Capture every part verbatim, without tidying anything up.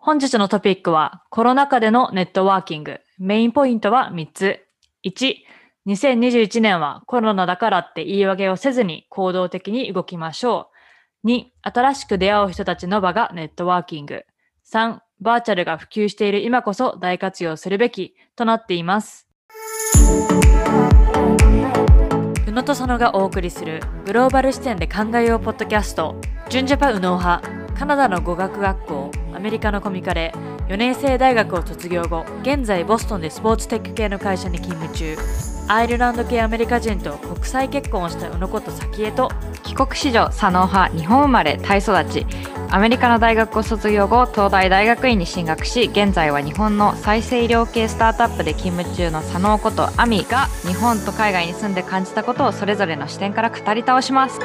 本日のトピックはコロナ禍でのネットワーキング。メインポイントはみっつ。いち、にせんにじゅういちねんはコロナだからって言い訳をせずに行動的に動きましょう。に、新しく出会う人たちの場がネットワーキング。さん、バーチャルが普及している今こそ大活用するべきとなっています。宇野と佐野がお送りするグローバル視点で考えようポッドキャスト、純ジャパ宇野派。カナダの語学学校、アメリカのコミカレ、よねん生大学を卒業後、現在ボストンでスポーツテック系の会社に勤務中。アイルランド系アメリカ人と国際結婚をした宇野こと早紀江と、 帰国子女佐野派、日本生まれタイ育ち、アメリカの大学を卒業後、東大大学院に進学し、現在は日本の再生医療系スタートアップで勤務中の佐野ことアミが、日本と海外に住んで感じたことをそれぞれの視点から語り倒します。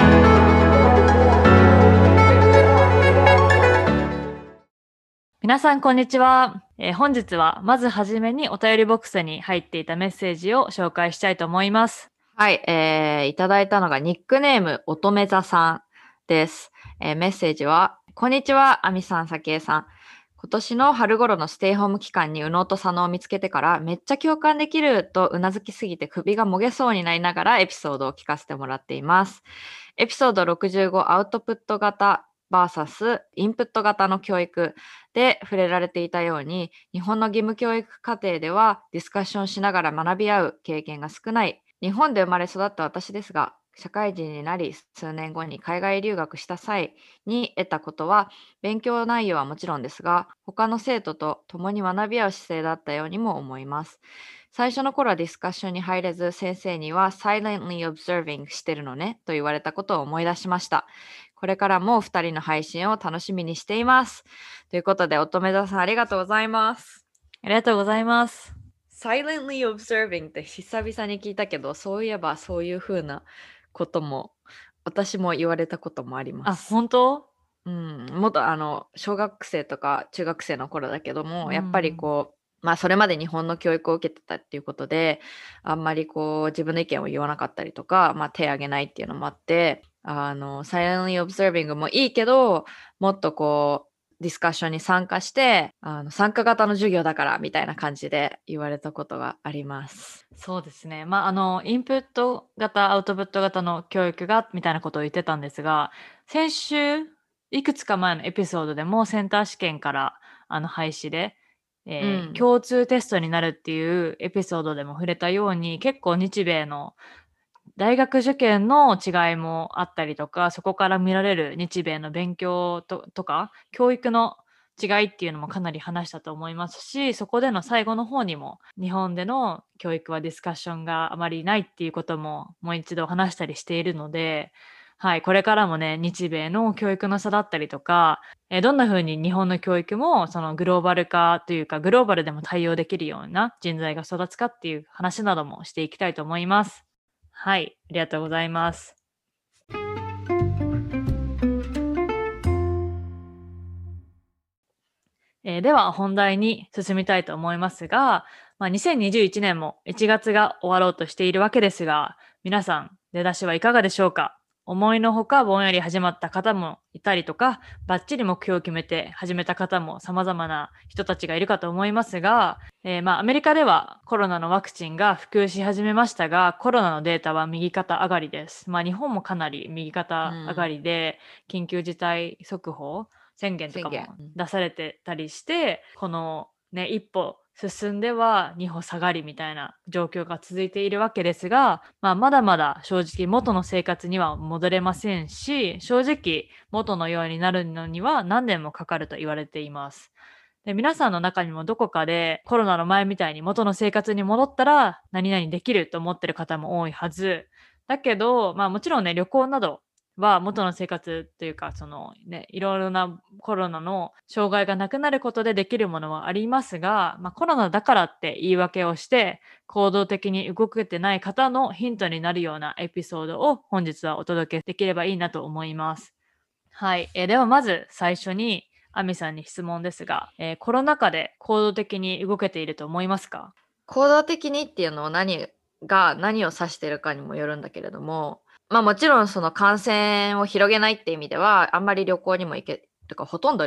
皆さんこんにちは、えー、本日はまずはじめにお便りボックスに入っていたメッセージを紹介したいと思います。 はい、えー、いただいたのがニックネーム乙女座さんです。えー、メッセージは、こんにちは、あみさん、さきえさん。今年の春頃のステイホーム期間に宇野と佐野を見つけてからめっちゃ共感できるとうなずきすぎて首がもげそうになりながらエピソードを聞かせてもらっています。エピソードろくじゅうごアウトプット型 ブイエス インプット型の教育で触れられていたように、日本の義務教育課程ではディスカッションしながら学び合う経験が少ない日本で生まれ育った私ですが、社会人になり数年後に海外留学した際に得たことは、勉強内容はもちろんですが、他の生徒と共に学び合う姿勢だったようにも思います。最初の頃はディスカッションに入れず、先生には silently observing してるのねと言われたことを思い出しました。これからもお二人の配信を楽しみにしています。ということで、乙女座さんありがとうございます。 ありがとうございます。 silently observing って久々に聞いたけど、そういえばそういう風なことも私も言われたこともありまあ、 す。 本当？ うん、もっとあの小学生とか中学生の頃だけども、 うんやっぱりこう、まあそれまで日本の教育を受けてたっていうことで、あんまりこう自分の意見を言わなかったりとか、まあ手を挙げないっていうのもあって、あの silently observing もいいけど、もっとこうディスカッションに参加して、あの参加型の授業だからみたいな感じで言われたことがあります。 そうですね。まあ、あの、インプット型、アウトプット型の教育が、みたいなことを言ってたんですが、先週、いくつか前のエピソードでもセンター試験からあの廃止で、えーうん。 共通テストになるっていうエピソードでも触れたように、結構日米の大学受験の違いもあったりとか、そこから見られる日米の勉強ととか、教育の違いっていうのもかなり話したと思いますし、そこでの最後の方にも、日本での教育はディスカッションがあまりないっていうことももう一度話したりしているので、はい、これからもね、日米の教育の差だったりとか、えーどんな風に日本の教育もそのグローバル化というか、グローバルでも対応できるような人材が育つかっていう話などもしていきたいと思います。はい、ありがとうございます。えーでは本題に進みたいと思いますが、まあ、にせんにじゅういちねんもいちがつが終わろうとしているわけですが、皆さん出だしはいかがでしょうか？思いのほかぼんやり始まった方もいたりとか、バッチリ目標を決めて始めた方も様々な人たちがいるかと思いますが、えーまあアメリカではコロナのワクチンが普及し始めましたが、コロナのデータは右肩上がりです。まあ日本もかなり右肩上がりで、緊急事態速報宣言とかも宣言。うん出されてたりして、このね、一歩進んでは二歩下がりみたいな状況が続いているわけですが、まあ、まだまだ正直元の生活には戻れませんし、正直元のようになるのには何年もかかると言われています。で、皆さんの中にもどこかでコロナの前みたいに元の生活に戻ったら何々できると思ってる方も多いはず。だけど、まあもちろんね、旅行などは元の生活というか、そのね、いろいろなコロナの障害がなくなることでできるものはありますが、まあコロナだからって言い訳をして行動的に動けてない方のヒントになるようなエピソードを本日はお届けできればいいなと思います。はい。えーではまず最初にアミさんに質問ですが、えーコロナ禍で行動的に動けていると思いますか？ 行動的にっていうのを何が何を指してるかにもよるんだけれども、まあもちろんその感染を広げないって意味ではあんまり旅行にも行けとかほとんど旅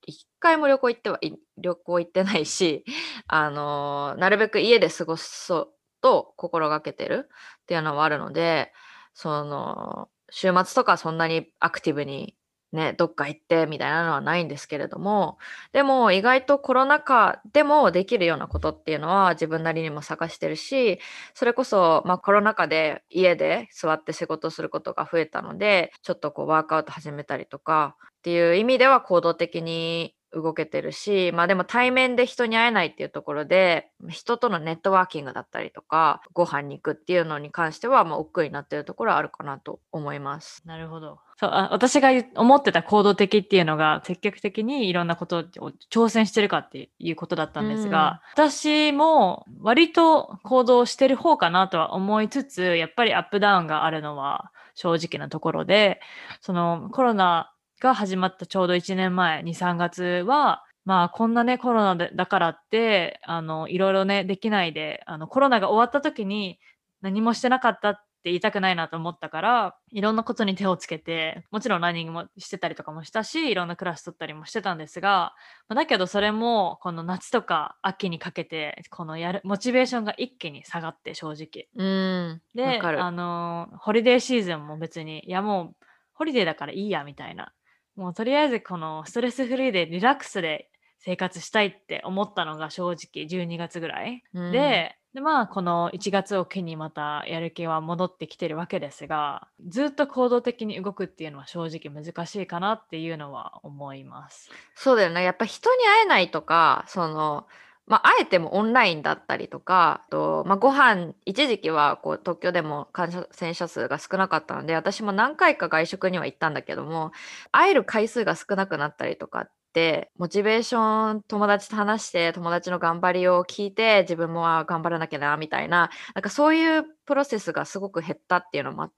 一回も旅行行ってはい旅行行ってないし、あのなるべく家で過ごそうと心がけてるっていうのはあるので、その週末とかそんなにアクティブにねどっか行ってみたいなのはないんですけれども、でも意外とコロナ禍でもできるようなことっていうのは自分なりにも探してるし、それこそ、まあ、コロナ禍で家で座って仕事することが増えたので、ちょっとこうワークアウト始めたりとかっていう意味では行動的に動けてるし、まあでも対面で人に会えないっていうところで、人とのネットワーキングだったりとか、ご飯に行くっていうのに関しては、まあ、億劫になってるところはあるかなと思います。 なるほど。そう、あ、私が言う思ってた行動的っていうのが、積極的にいろんなことを挑戦してるかっていうことだったんですが、私も割と行動してる方かなとは思いつつ、やっぱりアップダウンがあるのは正直なところで、そのコロナが始まったちょうどいちねんまえ、に、さんがつは、まあこんなね、コロナでだからって、あの、いろいろね、できないで、あの、コロナが終わった時に何もしてなかったって言いたくないなと思ったから、いろんなことに手をつけて、もちろんランニングもしてたりとかもしたし、いろんなクラス取ったりもしてたんですが、まあだけどそれも、この夏とか秋にかけて、このやる、モチベーションが一気に下がって、正直。 うん、わかで、ある。 の、ホリデーシーズンも別に、いやもう、ホリデーだからいいや、みたいな。もうとりあえずこのストレスフリーでリラックスで生活したいって思ったのが正直じゅうにがつぐらい。 うん、 で、でまあこのいちがつを機にまたやる気は戻ってきてるわけですが、ずっと行動的に動くっていうのは正直難しいかなっていうのは思います。 そうだよね。やっぱ人に会えないとか、その、まあ、会えてもオンラインだったりとか、と、まあ、ご飯、一時期はこう東京でも感染者数が少なかったので、私も何回か外食には行ったんだけども、会える回数が少なくなったりとかって、モチベーション、友達と話して、友達の頑張りを聞いて、自分もあ頑張らなきゃな、みたいな、なんかそういうプロセスがすごく減ったっていうのもあって、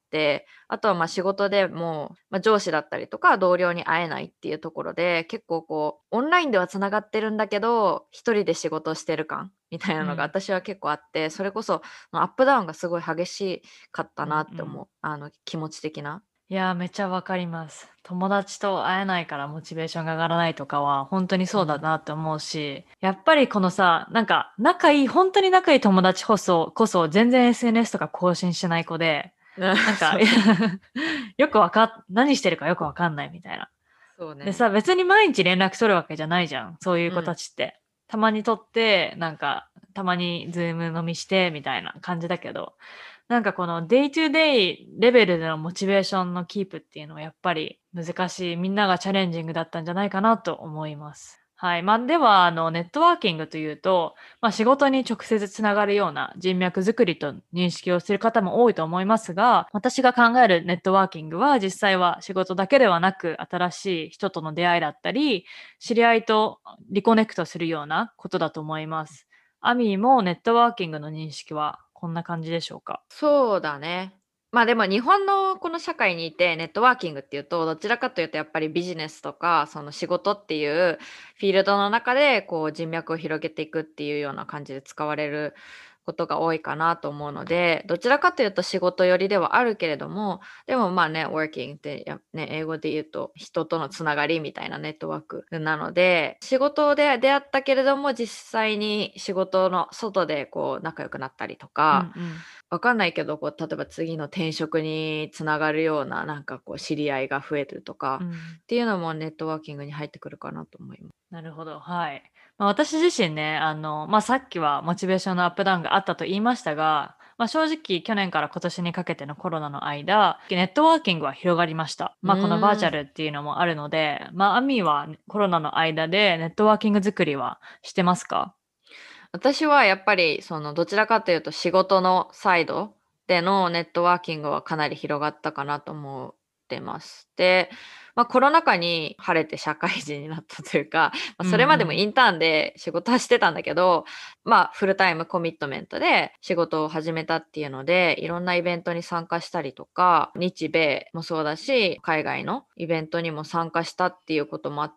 あとはまあ仕事でも、まあ、上司だったりとか同僚に会えないっていうところで結構こうオンラインではつながってるんだけど一人で仕事してる感みたいなのがうん。 私は結構あって、それこそアップダウンがすごい激しかったうんなってうん。 思う、あの気持ち的な。 いやー、めっちゃわかります。友達と会えないからモチベーションが上がらないとかは本当にそうだうん、 なって思うし、やっぱりこのさ、なんか仲いい、本当に仲いい友達こそ、こそ全然 エスエヌエス とか更新しない子で、なんかそうね。 よくわかっ、何してるかよくわかんないみたいな。 そうね。 でさ、別に毎日連絡取るわけじゃないじゃん。そういう子たうん。 ちって。たまに取って、なんか、たまにズーム飲みして、みたいな感じだけど、なんかこのデイトゥデイレベルでのモチベーションのキープっていうのはやっぱり難しい。みんながチャレンジングだったんじゃないかなと思います。はい。まあ、では、あの、ネットワーキングというと、まあ、仕事に直接つながるような人脈作りと認識をする方も多いと思いますが、私が考えるネットワーキングは実際は仕事だけではなく、新しい人との出会いだったり、知り合いとリコネクトするようなことだと思います。アミーもネットワーキングの認識はこんな感じでしょうか？ そうだね。まあでも日本のこの社会にいてネットワーキングっていうとどちらかというとやっぱりビジネスとかその仕事っていうフィールドの中でこう人脈を広げていくっていうような感じで使われることが多いかなと思うので、どちらかというと仕事寄りではあるけれども、でもまあネットワーキングってや、ね、英語で言うと人とのつながりみたいなネットワークなので、仕事で出会ったけれども実際に仕事の外でこう仲良くなったりとうんうか、 ん。 わかんないけど、こう、例えば次の転職につながるような、なんかこう、知り合いが増えるとか、 うん。 っていうのもネットワーキングに入ってくるかなと思います。 なるほど。はい。まあ、私自身ね、あの、まあ、さっきはモチベーションのアップダウンがあったと言いましたが、まあ、正直去年から今年にかけてのコロナの間、ネットワーキングは広がりました。 うまあ、このバーチャーん。 ルっていうのもあるので、まあ、アミはコロナの間でネットワーキング作りはしてますか？ 私はやっぱり、その、どちらかというと仕事のサイドでのネットワーキングはかなり広がったかなと思ってます。で、まあ、コロナ禍に晴れて社会人になったというか、まあ、 うんうそれまでもん。 インターンで仕事はしてたんだけど、まあ、フルタイムコミットメントで仕事を始めたっていうので、いろんなイベントに参加したりとか、日米もそうだし、海外のイベントにも参加したっていうこともあって、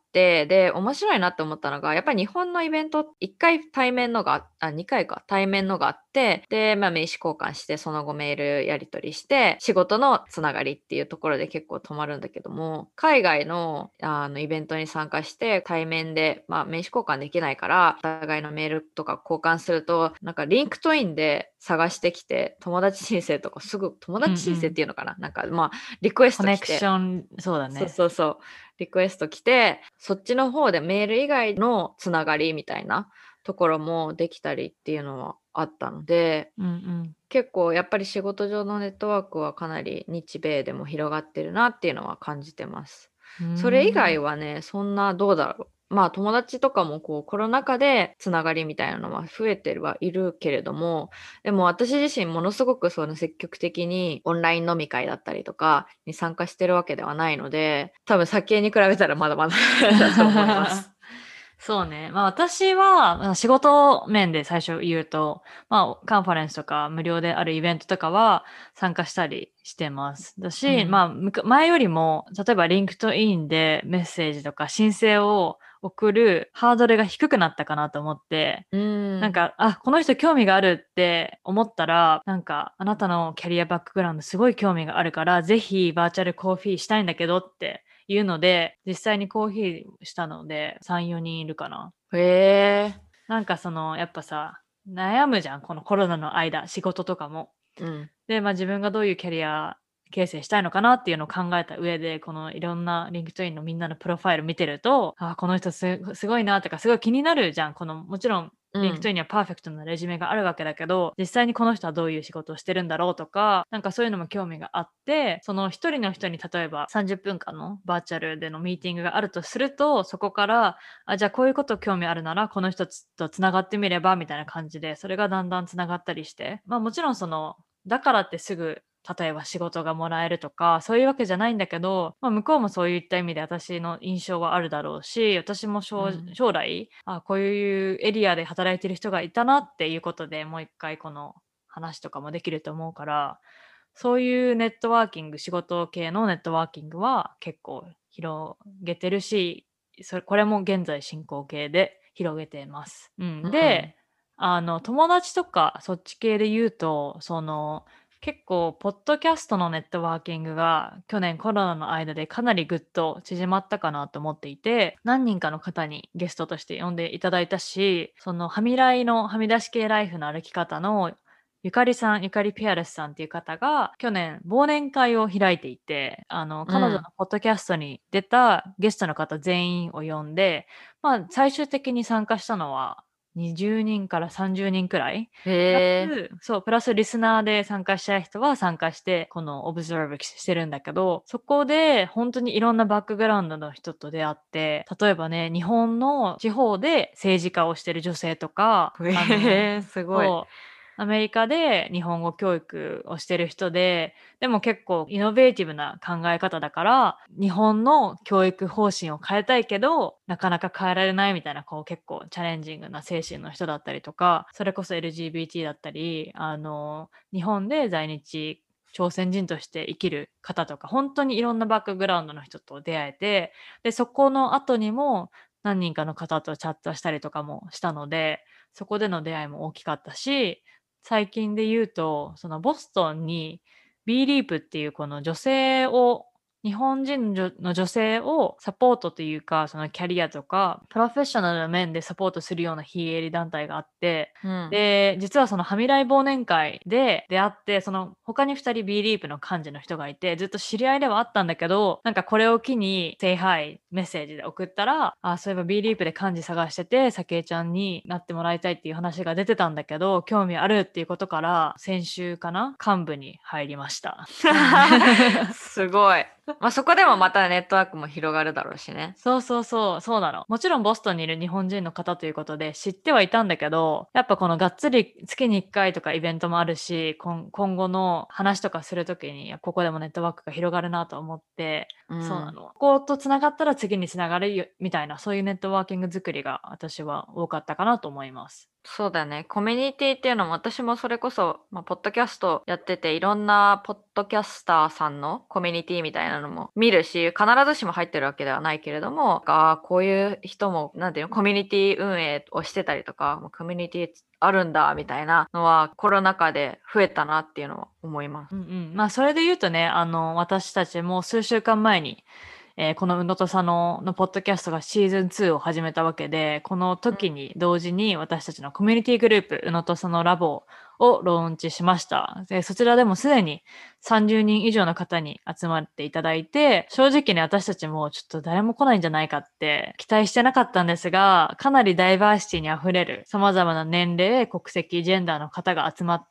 で、面白いなって思ったのが、やっぱり日本のイベント、いっかい対面のが、あ、にかいか、対面のがあって、で、まあ、名刺交換して、その後メールやり取りして、仕事のつながりっていうところで結構止まるんだけども、 海外の、あのイベントに参加して対面で、まあ、名刺交換できないからお互いのメールとか交換すると、なんかリンクトインで探してきて友達申請とかすぐ友達申請っていうのかな、うんうん、なんかまあリクエスト来て、 コネクション、そうだね。 そうそうそう、リクエスト来て、そっちの方でメール以外のつながりみたいなところもできたりっていうのはあったので、 うんうん、 結構やっぱり仕事上のネットワークはかなり日米でも広がってるなっていうのは感じてます。それ以外はね、そんなどうだろう。まあ友達とかもこうコロナ禍でつながりみたいなのは増えてはいるけれども、でも私自身ものすごくその積極的にオンライン飲み会だったりとかに参加してるわけではないので、多分先に比べたらまだまだだと思います。 そうね。まあ私は仕事面で最初言うと、まあカンファレンスとか無料であるイベントとかは参加したりしてます。だし、うん、まあ前よりも、例えばリンクトインでメッセージとか申請を送るハードルが低くなったかなと思って、 うん、 なんか、あ、この人興味があるって思ったら、なんかあなたのキャリアバックグラウンドすごい興味があるから、ぜひバーチャルコーヒーしたいんだけどっていうので、実際にコーヒーしたのでさん、よにんいるかな。 へー。 なんかそのやっぱさ、悩むじゃん、このコロナの間、仕事とかも。 うん、 で、まあ自分がどういうキャリア形成したいのかなっていうのを考えた上で、このいろんなリンクトインのみんなのプロファイル見てると、あ、この人すすごいなとかすごい気になるじゃん。このもちろんリンクトインにはパーフェクトなレジュメがあるわけだけど、実際にこの人はどういう仕事をしてるんだろうとか、なんかそういうのも興味があって、その一人の人に例えばさんじゅっぷんかんのバーチャルでのミーティングがあるとすると、そこから、あ、じゃあこういうこと興味あるなら、この人とつながってみればみたいな感じで、それがだんだんつながったりして、まあもちろんその、だからってすぐ例えば仕事がもらえるとか、そういうわけじゃないんだけど、まあ、向こうもそういった意味で私の印象はあるだろうし、私も将、うん、将来あ、こういうエリアで働いてる人がいたなっていうことでもう一回この話とかもできると思うから、そういうネットワーキング、仕事系のネットワーキングは結構広げてるし、それこれも現在進行形で広げています。うん、で、うん、あの友達とかそっち系で言うと、その結構、ポッドキャストのネットワーキングが去年コロナの間でかなりぐっと縮まったかなと思っていて、何人かの方にゲストとして呼んでいただいたし、そのはみらいのはみ出し系ライフの歩き方のゆかりさん、ゆかりピアレスさんっていう方が去年忘年会を開いていて、あの、彼女のポッドキャストに出たゲストの方全員を呼んで、まあ最終的に参加したのはにじゅうにんからさんじゅうにんくらい。 へプラス、そう、プラスリスナーで参加したい人は参加して、このオブザーブしてるんだけど、そこで本当にいろんなバックグラウンドの人と出会って、例えばね、日本の地方で政治家をしてる女性とか、 へー、すごい。 そうアメリカで日本語教育をしてる人で、でも結構イノベーティブな考え方だから、日本の教育方針を変えたいけど、なかなか変えられないみたいな、こう結構チャレンジングな精神の人だったりとか、それこそ エルジービーティー だったり、あの、日本で在日朝鮮人として生きる方とか、本当にいろんなバックグラウンドの人と出会えて、で、そこの後にも何人かの方とチャットしたりとかもしたので、そこでの出会いも大きかったし、最近で言うと、そのボストンに B リープっていうこの女性を、日本人の女性をサポートというか、そのキャリアとか、プロフェッショナルな面でサポートするような非営利団体があって、うん、で、実はそのはみらい忘年会で出会って、その他にふたり B リープの幹事の人がいて、ずっと知り合いではあったんだけど、なんかこれを機に、Say Hi メッセージで送ったら、あ、そういえば B リープで幹事探してて、さけいちゃんになってもらいたいっていう話が出てたんだけど、興味あるっていうことから、先週かな幹部に入りました。 すごい。まあそこでもまたネットワークも広がるだろうしね。 そうそうそう、そうなの。もちろんボストンにいる日本人の方ということで知ってはいたんだけど、やっぱこのがっつり月にいっかいとかイベントもあるし、今今後の話とかするときに、ここでもネットワークが広がるなと思って、うん、そうなの。こことつながったら次につながるよみたいな、そういうネットワーキング作りが私は多かったかなと思います。 そうだね。コミュニティっていうのも私もそれこそ、まあ、ポッドキャストやってていろんなポッドキャスターさんのコミュニティみたいなのも見るし、必ずしも入ってるわけではないけれども、ああ、こういう人も、なんていうの、コミュニティ運営をしてたりとか、コミュニティあるんだみたいなのはコロナ禍で増えたなっていうのは思います。 うんうん。まあそれで言うとね、あの、私たちも数週間前にえーこの宇野と佐野のポッドキャストがシーズンツーを始めたわけで、この時に同時に私たちのコミュニティグループ、宇野と佐野ラボをローンチしました。で、そちらでもすでにさんじゅうにん以上の方に集まっていただいて、正直に私たちもちょっと誰も来ないんじゃないかって期待してなかったんですが、かなりダイバーシティに溢れる様々な年齢、国籍、ジェンダーの方が集まって、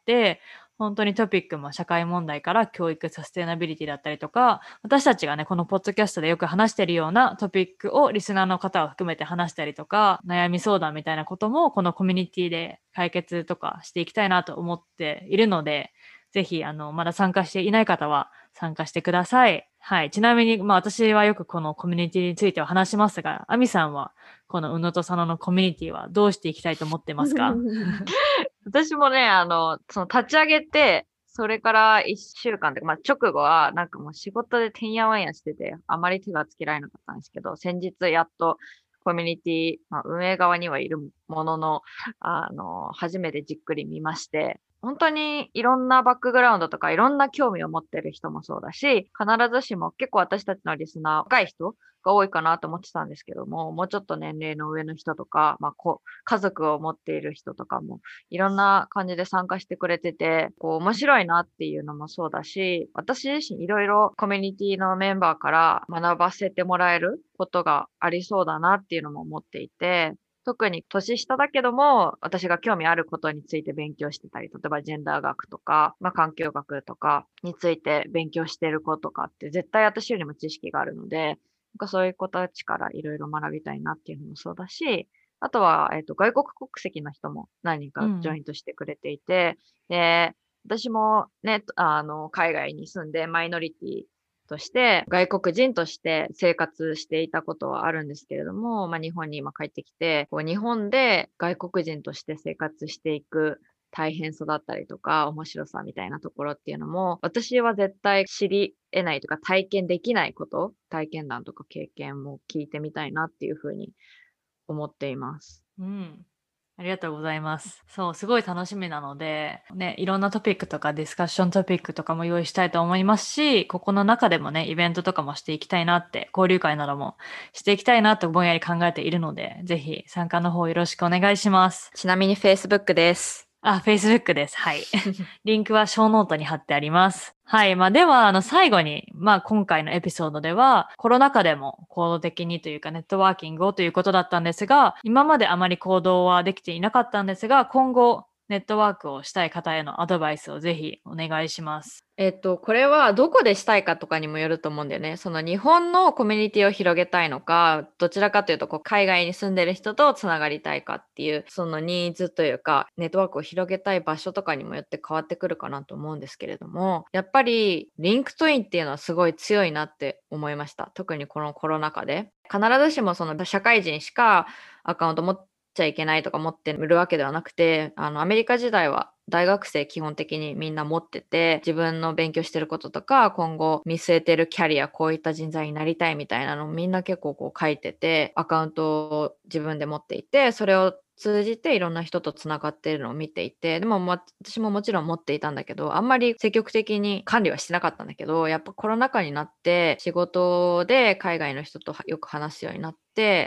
本当にトピックも社会問題から教育、サステナビリティだったりとか、私たちがね、このポッドキャストでよく話しているようなトピックをリスナーの方を含めて話したりとか、悩み相談みたいなこともこのコミュニティで解決とかしていきたいなと思っているので、ぜひ、あの、まだ参加していない方は参加してください。はい。ちなみに、まあ私はよくこのコミュニティについては話しますが、アミさんはこの宇野と佐野のコミュニティはどうしていきたいと思ってますか？ 私もね、あの、その立ち上げて、それからいっしゅうかんで、まあ、直後は、なんかもう仕事でてんやわんやしてて、あまり手がつけられなかったんですけど、先日やっとコミュニティ、まあ、運営側にはいるものの、あの、初めてじっくり見まして、本当にいろんなバックグラウンドとかいろんな興味を持ってる人もそうだし、必ずしも結構私たちのリスナー、若い人が多いかなと思ってたんですけども、もうちょっと年齢の上の人とか、まあ、こう家族を持っている人とかもいろんな感じで参加してくれてて、こう面白いなっていうのもそうだし、私自身いろいろコミュニティのメンバーから学ばせてもらえることがありそうだなっていうのも思っていて、特に年下だけども、私が興味あることについて勉強してたり、例えばジェンダー学とか、まあ、環境学とかについて勉強してる子とかって絶対私よりも知識があるので、なんかそういう子たちからいろいろ学びたいなっていうのもそうだし、あとは、えっと、外国国籍の人も何人かジョイントしてくれていて、で、私もね、あの、海外に住んでマイノリティとして、外国人として生活していたことはあるんですけれども、まあ、日本に今帰ってきて、こう日本で外国人として生活していく大変さだったりとか、面白さみたいなところっていうのも、私は絶対知り得ないとか体験できないこと、体験談とか経験も聞いてみたいなっていうふうに思っています。 うん。ありがとうございます。そう、すごい楽しみなので、ね、いろんなトピックとかディスカッショントピックとかも用意したいと思いますし、ここの中でもね、イベントとかもしていきたいなって、交流会などもしていきたいなとぼんやり考えているので、ぜひ参加の方よろしくお願いします。 ちなみに Facebook です。 あ、Facebook です。はい。リンクはショーノートに貼ってあります。はい。まあでは、あの、最後に、まあ今回のエピソードでは、コロナ禍でも行動的にというかネットワーキングをということだったんですが、今まであまり行動はできていなかったんですが、今後、ネットワークをしたい方へのアドバイスをぜひお願いします。 えっと、これはどこでしたいかとかにもよると思うんだよね。その日本のコミュニティを広げたいのか、どちらかというとこう海外に住んでる人とつながりたいかっていう、そのニーズというか、ネットワークを広げたい場所とかにもよって変わってくるかなと思うんですけれども、やっぱりリンクトインっていうのはすごい強いなって思いました。特にこのコロナ禍で。必ずしもその社会人しかアカウント持っちゃいけないとか持ってるわけではなくて、あのアメリカ時代は大学生基本的にみんな持ってて、自分の勉強してることとか、今後見据えてるキャリア、こういった人材になりたいみたいなのをみんな結構こう書いてて、アカウントを自分で持っていて、それを通じていろんな人とつながっているのを見ていて、でも、ま、私ももちろん持っていたんだけど、あんまり積極的に管理はしてなかったんだけど、やっぱコロナ禍になって仕事で海外の人とよく話すようになって、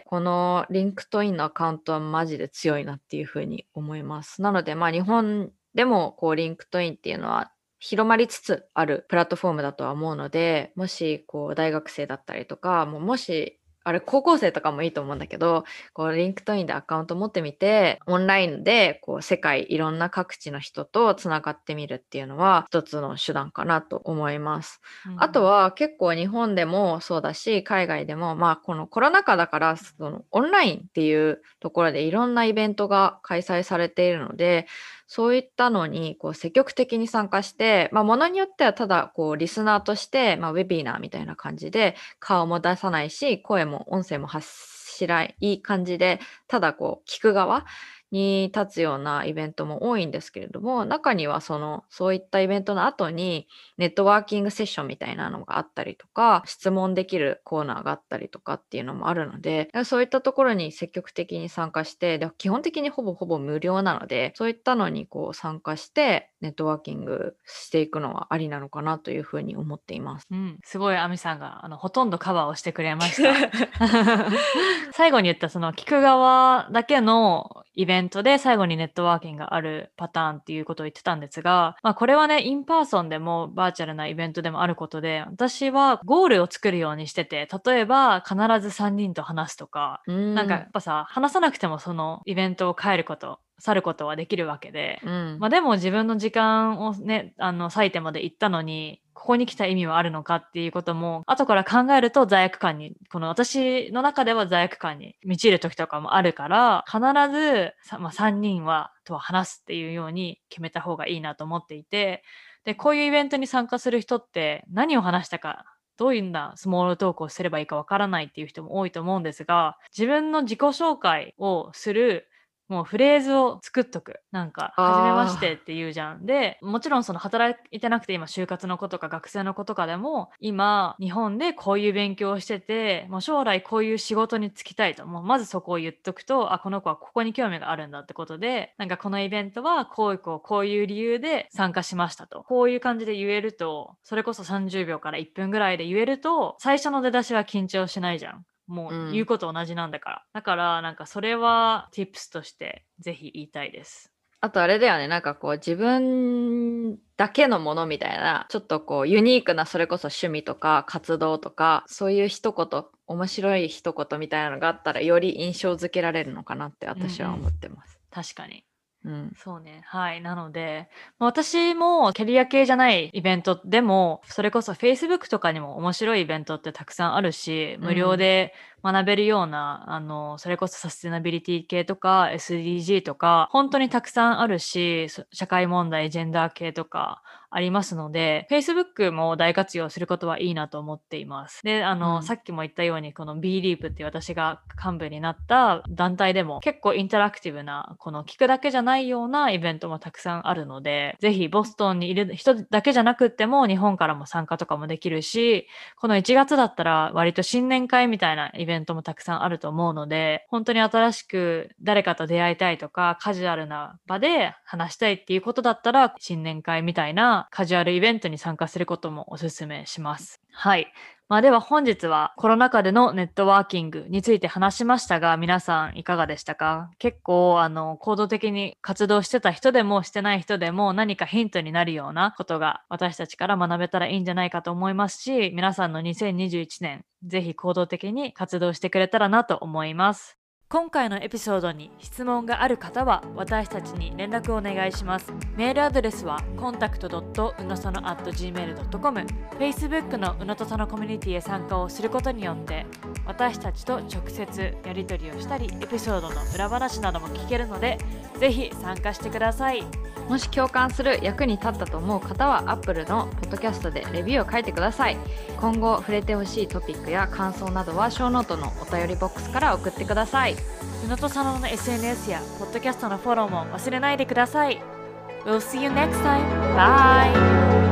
このリンクトインのアカウントはマジで強いなっていうふうに思います。なので、まあ日本でもこうリンクトインっていうのは広まりつつあるプラットフォームだとは思うので、もしこう大学生だったりとか、もうもしあれ高校生とかもいいと思うんだけど、こうリンクトインでアカウント持ってみて、オンラインでこう世界いろんな各地の人とつながってみるっていうのは一つの手段かなと思います。 うん、 あとは結構日本でもそうだし、海外でもまあこのコロナ禍だからそのオンラインっていうところでいろんなイベントが開催されているので、そういったのにこう積極的に参加して、まあ、ものによってはただこうリスナーとして、まあ、ウェビナーみたいな感じで顔も出さないし、声も音声も発しない感じで、ただこう聞く側に立つようなイベントも多いんですけれども、中にはそのそういったイベントの後にネットワーキングセッションみたいなのがあったりとか、質問できるコーナーがあったりとかっていうのもあるので、そういったところに積極的に参加して、で基本的にほぼほぼ無料なので、そういったのにこう参加してネットワーキングしていくのはありなのかなというふうに思っています。 うん、すごい亜美さんがあのほとんどカバーをしてくれました最後に言ったその聞く側だけのイベントで最後にネットワーキングがあるパターンっていうことを言ってたんですが、まあ、これはねインパーソンでもバーチャルなイベントでもあることで、私はゴールを作るようにしてて、例えば必ずさんにんと話すとか、 うんなんかやっぱさ話さなくてもそのイベントを変えること去ることはできるわけで、 うんまあ、でも自分の時間をねあの割いてまで行ったのにここに来た意味はあるのかっていうことも後から考えると罪悪感に、この私の中では罪悪感に満ちる時とかもあるから、必ずさ、まあ、さんにんはとは話すっていうように決めた方がいいなと思っていて、でこういうイベントに参加する人って何を話したか、どういうんだスモールトークをすればいいかわからないっていう人も多いと思うんですが、自分の自己紹介をするもうフレーズを作っとく。なんか、 あーはじめましてって言うじゃん。で、もちろんその働いてなくて今就活の子とか学生の子とかでも、今日本でこういう勉強をしてて、もう将来こういう仕事に就きたいと。もうまずそこを言っとくと、あ、この子はここに興味があるんだってことで、なんかこのイベントはこういう子、こういう理由で参加しましたと。こういう感じで言えると、それこそさんじゅうびょうからいっぷんぐらいで言えると、最初の出だしは緊張しないじゃん。もう言うこと同じなんだから、うん、だからなんかそれは tips としてぜひ言いたいです。 あとあれだよね、なんかこう自分だけのものみたいな、ちょっとこうユニークな、それこそ趣味とか活動とか、そういう一言、面白い一言みたいなのがあったらより印象付けられるのかなって私は思ってます。 うんうん、確かに。 うん、 そうね。はい。なので、私もキャリア系じゃないイベントでも、それこそ Facebook とかにも面白いイベントってたくさんあるし、無料で学べるような、うん、あの、それこそサステナビリティ系とか エスディージー とか、本当にたくさんあるし、社会問題、ジェンダー系とかありますので、Facebook も大活用することはいいなと思っています。で、あの、うん、さっきも言ったように、この B リープっていう私が幹部になった団体でも結構インタラクティブな、この聞くだけじゃないないようなイベントもたくさんあるので、ぜひボストンにいる人だけじゃなくっても日本からも参加とかもできるし、このいちがつだったら割と新年会みたいなイベントもたくさんあると思うので、本当に新しく誰かと出会いたいとかカジュアルな場で話したいっていうことだったら、新年会みたいなカジュアルイベントに参加することもおすすめします。はい。まあでは本日はコロナ禍でのネットワーキングについて話しましたが、皆さんいかがでしたか？結構あの行動的に活動してた人でもしてない人でも何かヒントになるようなことが私たちから学べたらいいんじゃないかと思いますし、皆さんのにせんにじゅういちねんぜひ行動的に活動してくれたらなと思います。今回のエピソードに質問がある方は私たちに連絡をお願いします。メールアドレスは コンタクト ドット うのその アット ジーメール ドット コム、 Facebook のうのとそのコミュニティへ参加をすることによって私たちと直接やり取りをしたり、エピソードの裏話なども聞けるので、ぜひ参加してください。 もし共感する、役に立ったと思う方は Apple のポッドキャストでレビューを書いてください。今後触れてほしいトピックや感想などはショーノートのお便りボックスから送ってください。 うのとさのの エスエヌエス やポッドキャストのフォローも忘れないでください。We'll see you next time. Bye!